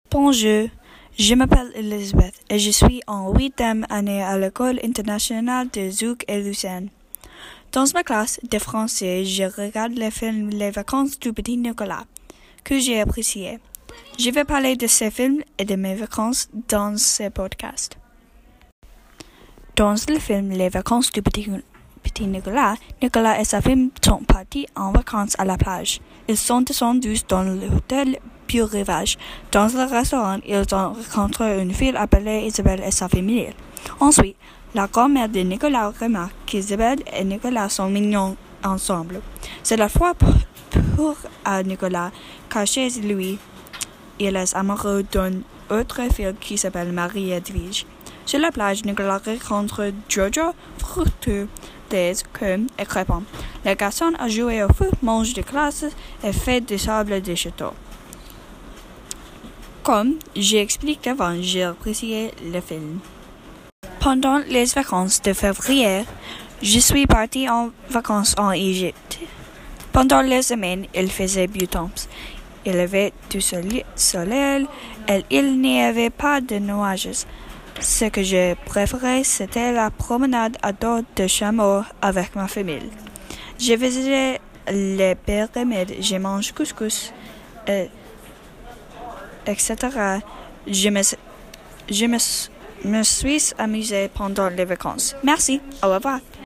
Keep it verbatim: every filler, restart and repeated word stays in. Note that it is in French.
Bonjour, je m'appelle Elizabeth et je suis en huitième année à l'école internationale de Zug et Lucerne. Dans ma classe de français, je regarde le film Les vacances du petit Nicolas, que j'ai apprécié. Je vais parler de ce film et de mes vacances dans ce podcast. Dans le film Les vacances du petit, petit Nicolas, Nicolas et sa femme sont partis en vacances à la plage. Ils sont descendus dans l'hôtel Pure Rivage. Dans le restaurant, ils ont rencontré une fille appelée Isabelle et sa famille. Ensuite, la grand-mère de Nicolas remarque qu'Isabelle et Nicolas sont mignons ensemble. C'est la fois pour à Nicolas, car chez lui, il est amoureux d'une autre fille qui s'appelle Marie-Edwige. Sur la plage, Nicolas rencontre Jojo, fructueux, Daise, Comme et Crépon. Les garçons a joué au foot, mange de classe et fait du sable de château. Comme j'ai expliqué avant, j'ai apprécié le film. Pendant les vacances de février, je suis partie en vacances en Égypte. Pendant les semaines, il faisait beau temps. Il y avait du soleil et il n'y avait pas de nuages. Ce que je préférais, c'était la promenade à dos de chameau avec ma famille. J'ai visité les pyramides, j'ai mangé couscous, et, et cetera. Je me, je me, me suis amusée pendant les vacances. Merci, au revoir.